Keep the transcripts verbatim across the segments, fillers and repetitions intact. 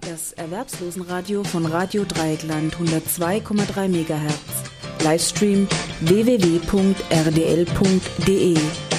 Das Erwerbslosenradio von Radio Dreieckland hundertzwei Komma drei Megahertz. Livestream w w w punkt r d l punkt d e.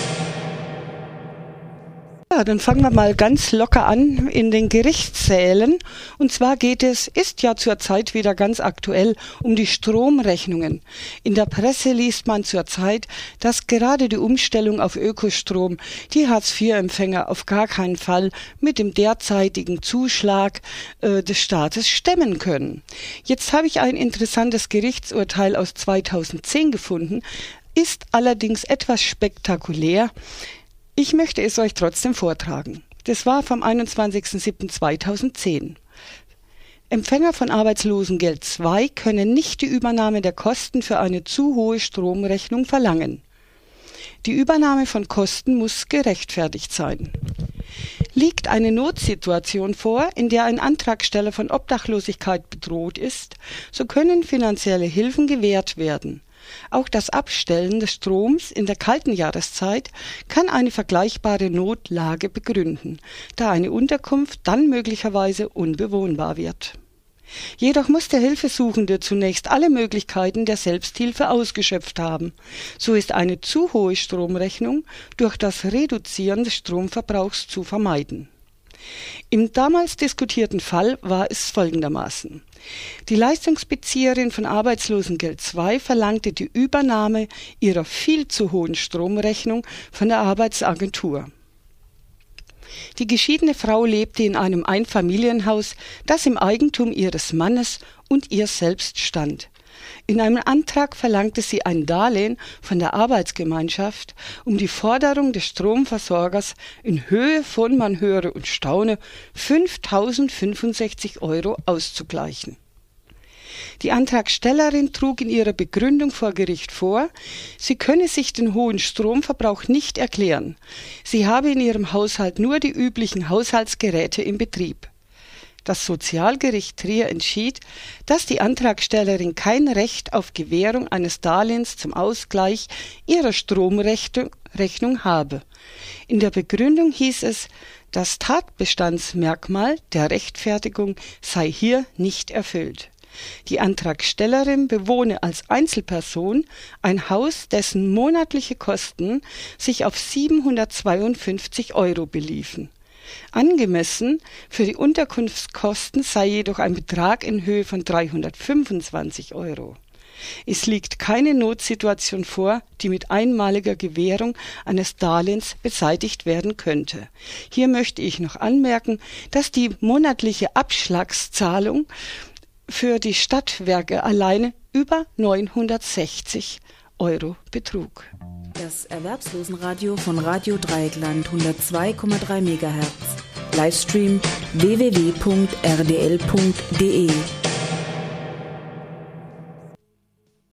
Ja, dann fangen wir mal ganz locker an in den Gerichtssälen. Und zwar geht es, ist ja zurzeit wieder ganz aktuell, um die Stromrechnungen. In der Presse liest man zurzeit, dass gerade die Umstellung auf Ökostrom die Hartz vier Empfänger auf gar keinen Fall mit dem derzeitigen Zuschlag äh, des Staates stemmen können. Jetzt habe ich ein interessantes Gerichtsurteil aus zweitausendzehn gefunden, ist allerdings etwas spektakulär. Ich möchte es euch trotzdem vortragen. Das war vom einundzwanzigsten siebten zweitausendzehn. Empfänger von Arbeitslosengeld zwei können nicht die Übernahme der Kosten für eine zu hohe Stromrechnung verlangen. Die Übernahme von Kosten muss gerechtfertigt sein. Liegt eine Notsituation vor, in der ein Antragsteller von Obdachlosigkeit bedroht ist, so können finanzielle Hilfen gewährt werden. Auch das Abstellen des Stroms in der kalten Jahreszeit kann eine vergleichbare Notlage begründen, da eine Unterkunft dann möglicherweise unbewohnbar wird. Jedoch muss der Hilfesuchende zunächst alle Möglichkeiten der Selbsthilfe ausgeschöpft haben. So ist eine zu hohe Stromrechnung durch das Reduzieren des Stromverbrauchs zu vermeiden. Im damals diskutierten Fall war es folgendermaßen. Die Leistungsbezieherin von Arbeitslosengeld zwei verlangte die Übernahme ihrer viel zu hohen Stromrechnung von der Arbeitsagentur. Die geschiedene Frau lebte in einem Einfamilienhaus, das im Eigentum ihres Mannes und ihr selbst stand. In einem Antrag verlangte sie ein Darlehen von der Arbeitsgemeinschaft, um die Forderung des Stromversorgers in Höhe von, man höre und staune, fünftausendfünfundsechzig Euro auszugleichen. Die Antragstellerin trug in ihrer Begründung vor Gericht vor, sie könne sich den hohen Stromverbrauch nicht erklären. Sie habe in ihrem Haushalt nur die üblichen Haushaltsgeräte im Betrieb. Das Sozialgericht Trier entschied, dass die Antragstellerin kein Recht auf Gewährung eines Darlehens zum Ausgleich ihrer Stromrechnung habe. In der Begründung hieß es, das Tatbestandsmerkmal der Rechtfertigung sei hier nicht erfüllt. Die Antragstellerin bewohne als Einzelperson ein Haus, dessen monatliche Kosten sich auf siebenhundertzweiundfünfzig Euro beliefen. Angemessen für die Unterkunftskosten sei jedoch ein Betrag in Höhe von dreihundertfünfundzwanzig Euro. Es liegt keine Notsituation vor, die mit einmaliger Gewährung eines Darlehens beseitigt werden könnte. Hier möchte ich noch anmerken, dass die monatliche Abschlagszahlung für die Stadtwerke alleine über neunhundertsechzig Euro betrug. Das Erwerbslosenradio von Radio Dreieckland hundertzwei Komma drei Megahertz. Livestream w w w punkt r d l punkt d e.